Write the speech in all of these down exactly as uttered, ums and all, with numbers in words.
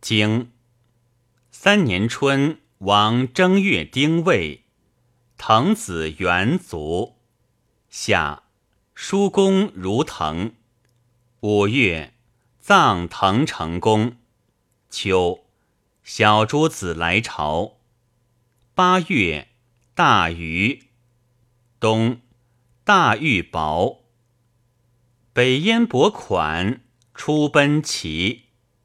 经三年春，王正月丁未，滕子元卒。夏，叔公如滕。五月，葬滕成公。秋，小诸子来朝。八月，大禹。冬，大玉雹。北燕伯款出奔齐。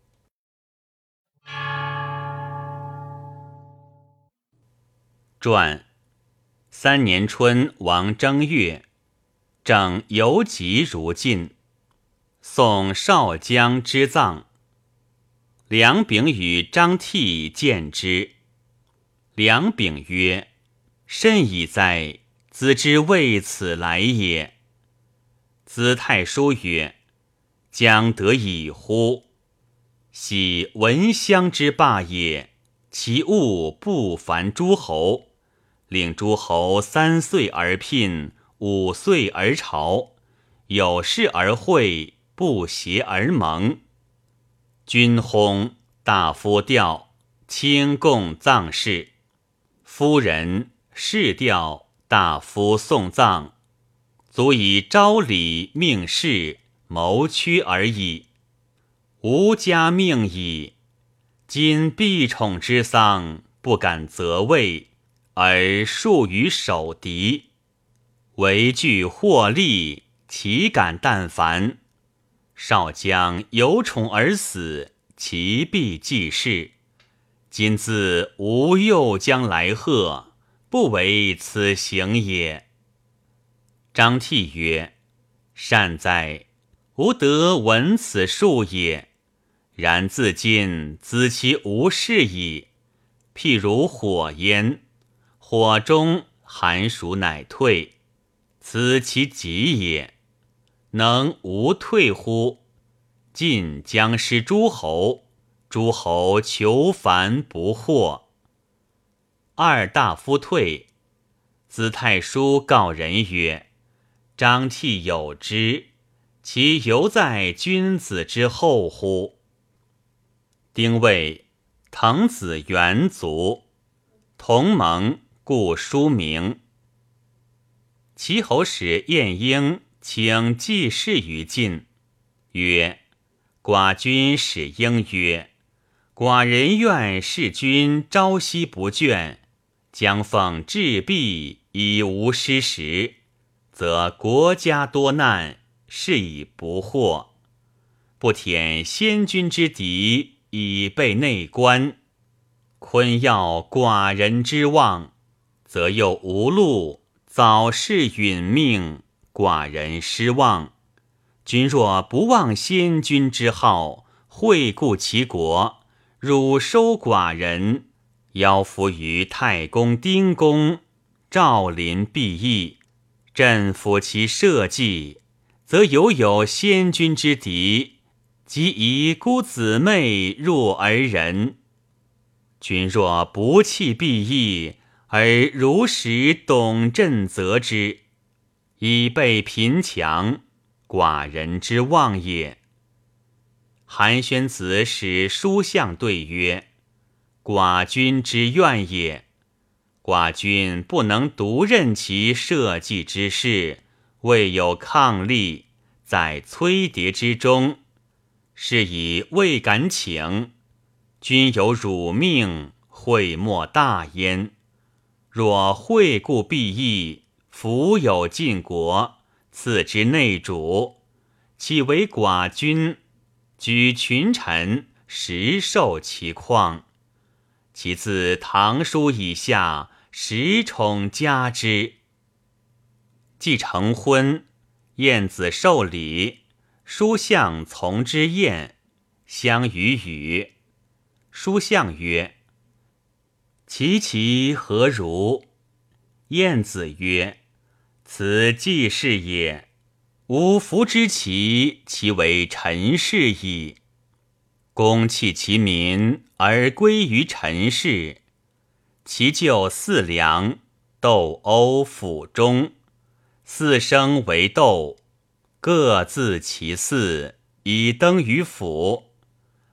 传三年春，王正月，正游疾如晋。宋少姜之葬。梁秉与张悌见之。梁秉曰：甚矣哉，子之为此来也。子太叔曰：将得以乎？昔文襄之霸也，其物不凡诸侯，令诸侯三岁而聘，五岁而朝，有事而会，不协而盟。君薨，大夫吊，卿共葬事。夫人士吊，大夫送葬，足以昭礼命事，谋屈而已。吾家命矣。今必宠之丧，不敢责位，而数于守敌，唯惧获利，岂敢但凡？少将有宠而死，其必继世。今自吾幼将来贺，不为此行也。张悌曰：善哉，吾得闻此术也。然自今子其无事矣。譬如火焉，火中寒暑乃退，此其极也。能无退乎？晋将失诸侯，诸侯求反不获。二大夫退，子太叔告人曰：张悌有之，其犹在君子之后乎？丁未，滕子元卒。同盟，故书名。齐侯使晏婴请季氏于晋，曰：寡君使婴曰：寡人愿事君朝夕不倦，将奉至弊，以无失时，则国家多难，是以不惑。不舔先君之敌，以备内官，昆要寡人之望，则又无路，早逝殒命，寡人失望。君若不忘先君之好，惠顾其国，汝收寡人，邀服于太公丁公，赵临必义，朕抚其社稷，则犹有先君之敌，即以孤姊妹入而人。君若不弃必义，而如实董朕责之，以备贫强，寡人之望也。韩宣子使书相对曰：寡君之愿也。寡君不能独任其社稷之事，未有抗力，在摧迭之中，是以未敢请。君有汝命，讳莫大焉。若惠顾必义，抚有晋国，赐之内主，岂为寡君举群臣，实受其况？其自唐叔以下，实宠加之。既成婚，晏子受礼，书相从之宴，相与语。书相曰：其其何如？晏子曰：此季氏也。吾服之其，其为臣氏矣。公弃其民，而归于臣氏。其就四梁，斗殴府中，四生为斗，各自其嗣，以登于府。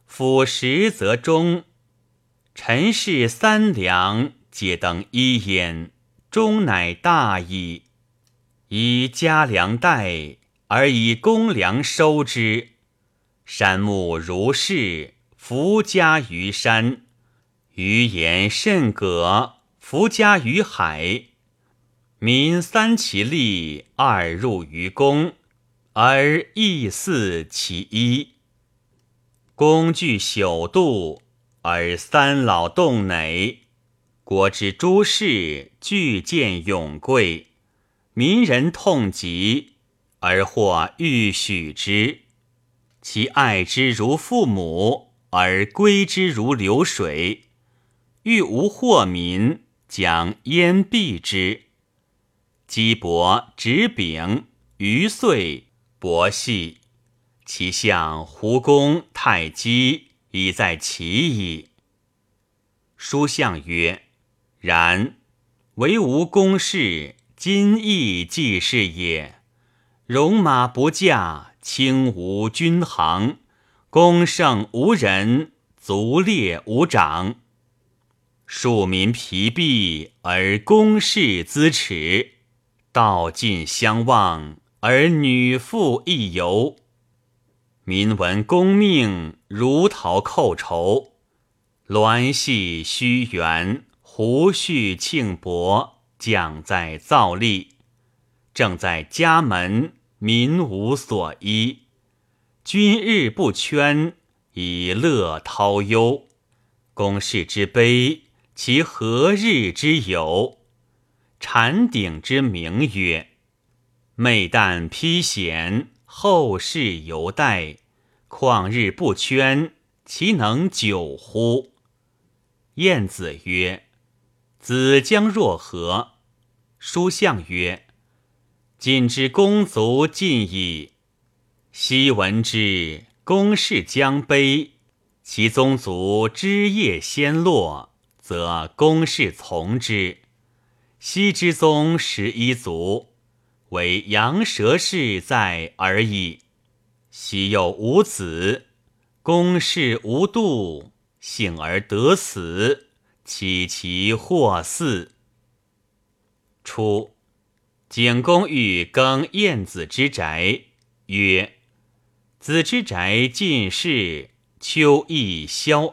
夫实则忠。臣事三良，皆等一焉，终乃大矣。以家粮待，而以公粮收之。山木如是，弗加于山；鱼言甚葛，弗加于海。民三其利，二入于公，而异四其一。公具朽度，而三老动馁。国之诸事，俱见永贵。民人痛疾，而或欲许之。其爱之如父母，而归之如流水。欲无祸民，将焉避之？鸡帛、直柄、鱼碎、帛细，其相胡公、太姬已在其矣。书相曰：然，唯无公事，今亦既是也。戎马不驾，轻无军行，公胜无人，卒列无长。庶民疲弊，而公事资耻。道尽相望，而女妇亦游。民闻公命，如逃寇仇。鸾系虚圆，胡须庆帛，将在造吏。正在家门，民无所依。君日不圈，以乐叨忧。公事之悲，其何日之有？禅鼎之名曰：昧旦披险，后世犹待。况日不圈，其能久乎？晏子曰：子将若何？书相曰：晋之公族尽矣。昔闻之，公室将卑，其宗族枝叶先落，则公室从之。昔之宗十一族，为羊蛇氏在而已。昔又无子，公室无度，幸而得死，岂其祸祀？初，景公欲更晏子之宅，曰：子之宅尽世，秋亦消。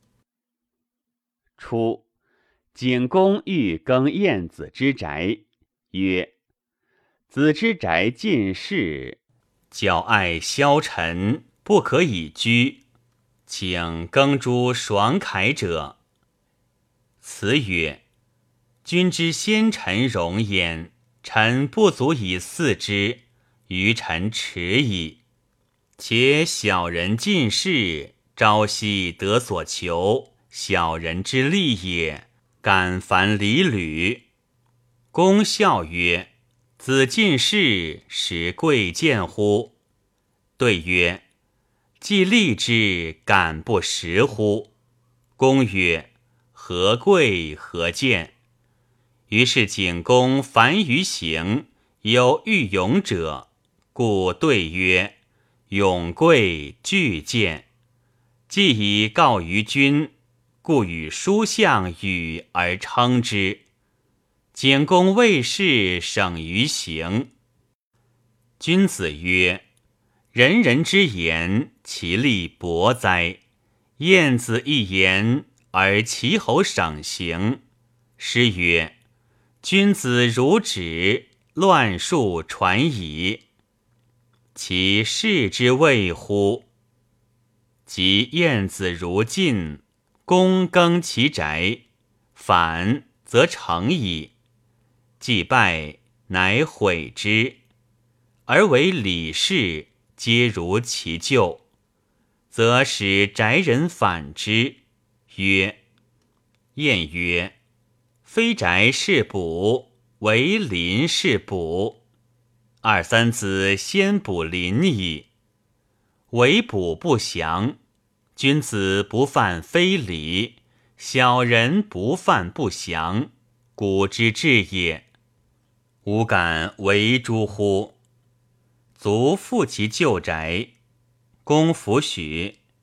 初，景公欲更晏子之宅，曰：子之宅尽世，较爱消沉，不可以居，请耕诸爽凯者。辞曰：君之先臣容焉，臣不足以嗣之，于臣耻矣。且小人尽世，朝夕得所求，小人之利也，敢烦离履。公笑曰：子尽世，使贵贱乎？对曰：既立之，敢不食乎？公曰：何贵何贱？于是景公烦于行，有欲勇者，故对曰：勇贵惧贱。既已告于君，故与书相与而称之。景公未事，省于行。君子曰：人人之言，其利薄哉？晏子一言，而齐侯省行。诗曰：君子如止，乱数传矣。其事之谓乎？及晏子如晋，公更其宅，反则成矣。既败，乃毁之，而为李氏，皆如其旧，则使宅人反之，曰：晏曰：非宅是补，为邻是补。二三子先补邻矣。为补不祥，君子不犯非礼，小人不犯不祥，古之至也。吾敢为诸乎？卒复其旧宅，公弗许。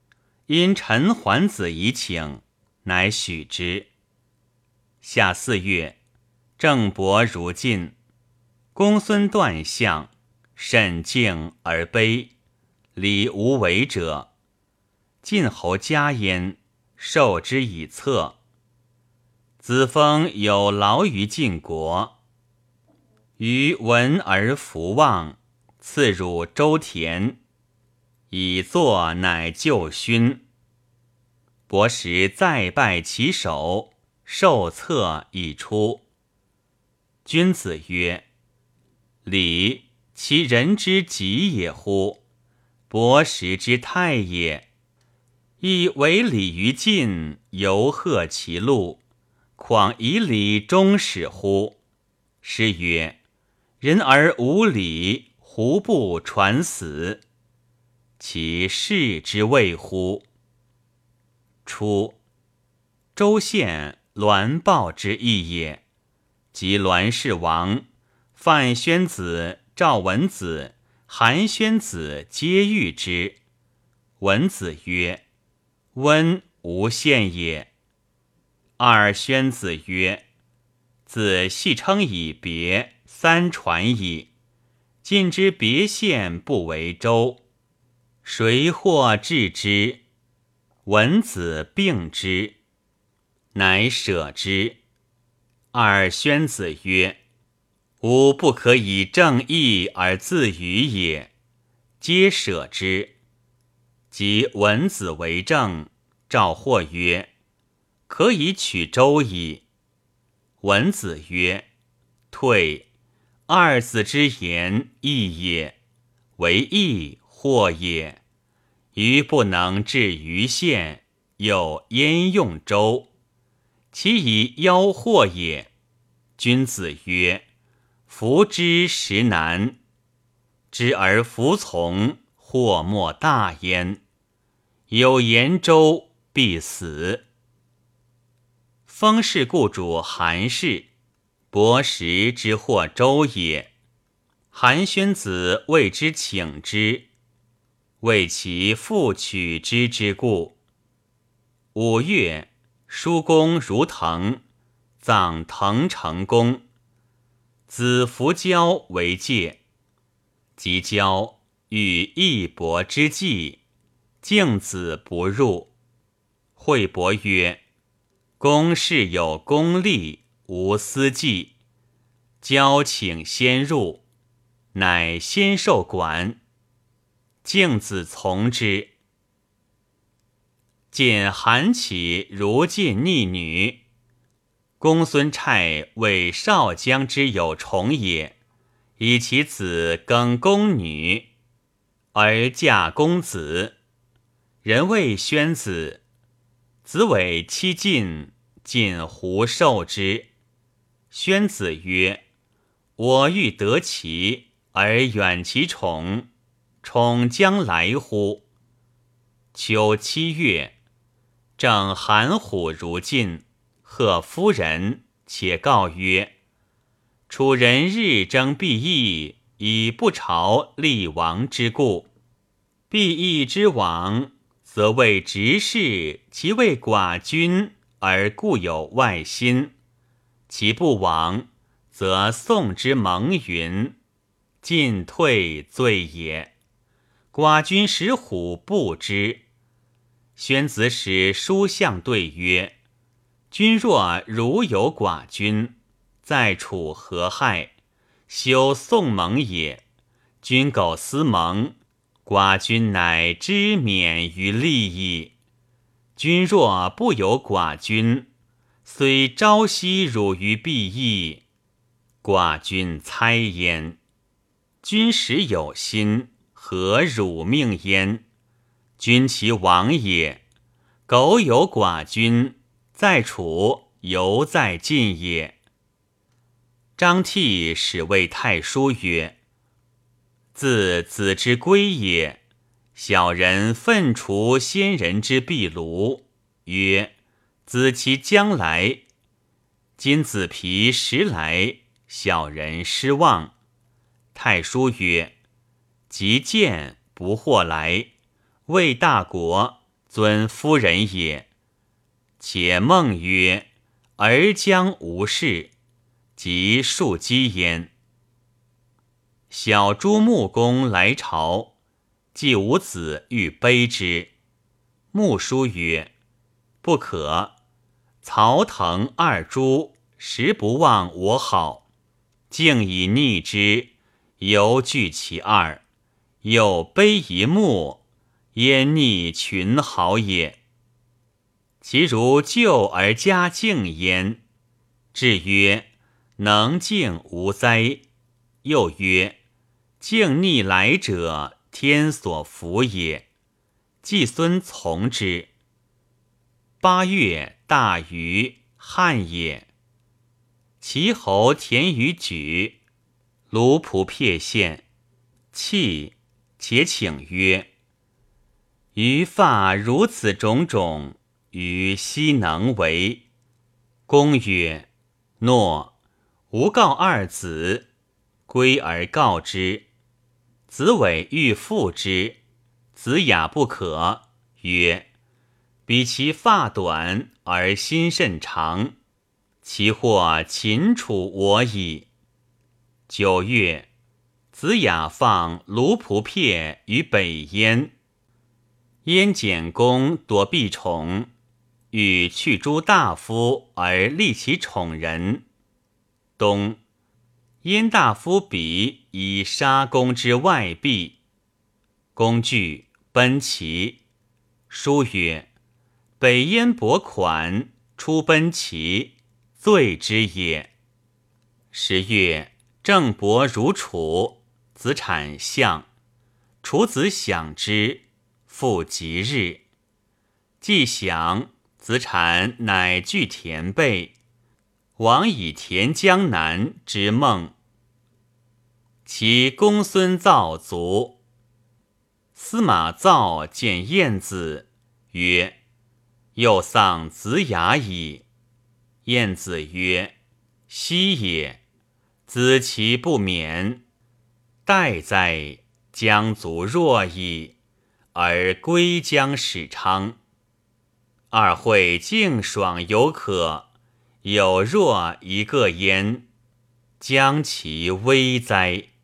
因陈桓子以请，乃许之。夏四月，郑伯如晋，公孙段相，甚敬而卑，礼无为者。晋侯加焉，授之以策。子封有劳于晋国，于闻而弗忘，赐汝周田，以作乃就勋。伯时再拜其手，受册以出。君子曰：礼，其人之极也乎？伯时之泰也。亦为礼于晋，犹贺其禄，况以礼终始乎？诗曰：人而无礼，胡不传死？其事之谓乎？初，周献栾豹之役也，及栾氏王，范宣子、赵文子、韩宣子皆遇之。文子曰：温无献也。二宣子曰：子戏称以别，三传矣。晋之别献不为周，谁或治之？文子病之，乃舍之。二宣子曰：吾不可以正义而自娱也，皆舍之。及文子为政，赵或曰：可以取周矣。文子曰：退。二子之言义也，为义或也。余不能治于县，又焉用周？其以邀祸也。君子曰：服之实难，知而服从，祸莫大焉。有言周，必死。封氏故主韩氏，伯时之祸周也。韩宣子为之请之，为其复取之之故。五月，叔公如滕，葬滕成公。子服交为戒，及交与义伯之计，敬子不入。惠伯曰：公事有公利，无私计。交请先入，乃先受管。敬子从之。见韩起如晋逆女，公孙瓨为少姜之有宠也，以其子更宫女，而嫁公子。人谓宣子，子为妻晋，晋胡受之。宣子曰：我欲得其，而远其宠，宠将来乎？秋七月，正韩虎如晋，贺夫人，且告曰：楚人日争毕义，以不朝立王之故。毕义之亡，则为执事，其为寡君，而故有外心；其不亡，则宋之蒙云，进退罪也。寡君使虎不知。宣子使书相对曰：君若如有寡君，在楚何害？修宋盟也。君苟思盟，寡君乃知免于利矣。君若不有寡君，虽朝夕辱于毕义，寡君猜焉。君实有心，何辱命焉？君其亡也。苟有寡君，在楚犹在晋也。张悌使谓太叔曰：自子之归也，小人愤除先人之壁庐，曰：子其将来。今子皮时来，小人失望。太叔曰：即见不或来，为大国， 尊夫人也。且梦曰：儿将无事，即庶几焉。小朱穆公来朝，季武子欲卑之。穆书曰：不可。曹腾二朱实不忘我好，竟以逆之，犹惧其二，又卑一穆，焉逆群豪也？其如救而加敬焉。至曰：能敬无灾。又曰：敬逆来者，天所福也。季孙从之。八月，大禹，汉也。齐侯田于举，卢仆骠县，泣，且请曰：余发如此种种，余悉能为。公曰：诺。吾告二子，归而告之。子伟欲复之，子雅不可，曰：比其发短而心甚长，其或秦楚我矣。九月，子雅放卢仆骠于北燕。燕简公多避宠，欲去诸大夫而立其宠人。冬，燕大夫比以杀公之外弊。公惧，奔齐。书曰：北燕伯款，出奔齐，罪之也。十月，郑伯如楚，子产相，楚子享之，复吉日。既享，子产乃据田备，往以田江南之孟。其公孙造卒。司马造见晏子，曰：又丧子雅矣。晏子曰：奚也？子其不免。待哉，江卒弱矣，而归将始昌。二会竞爽犹可，有弱一个焉，将其危哉！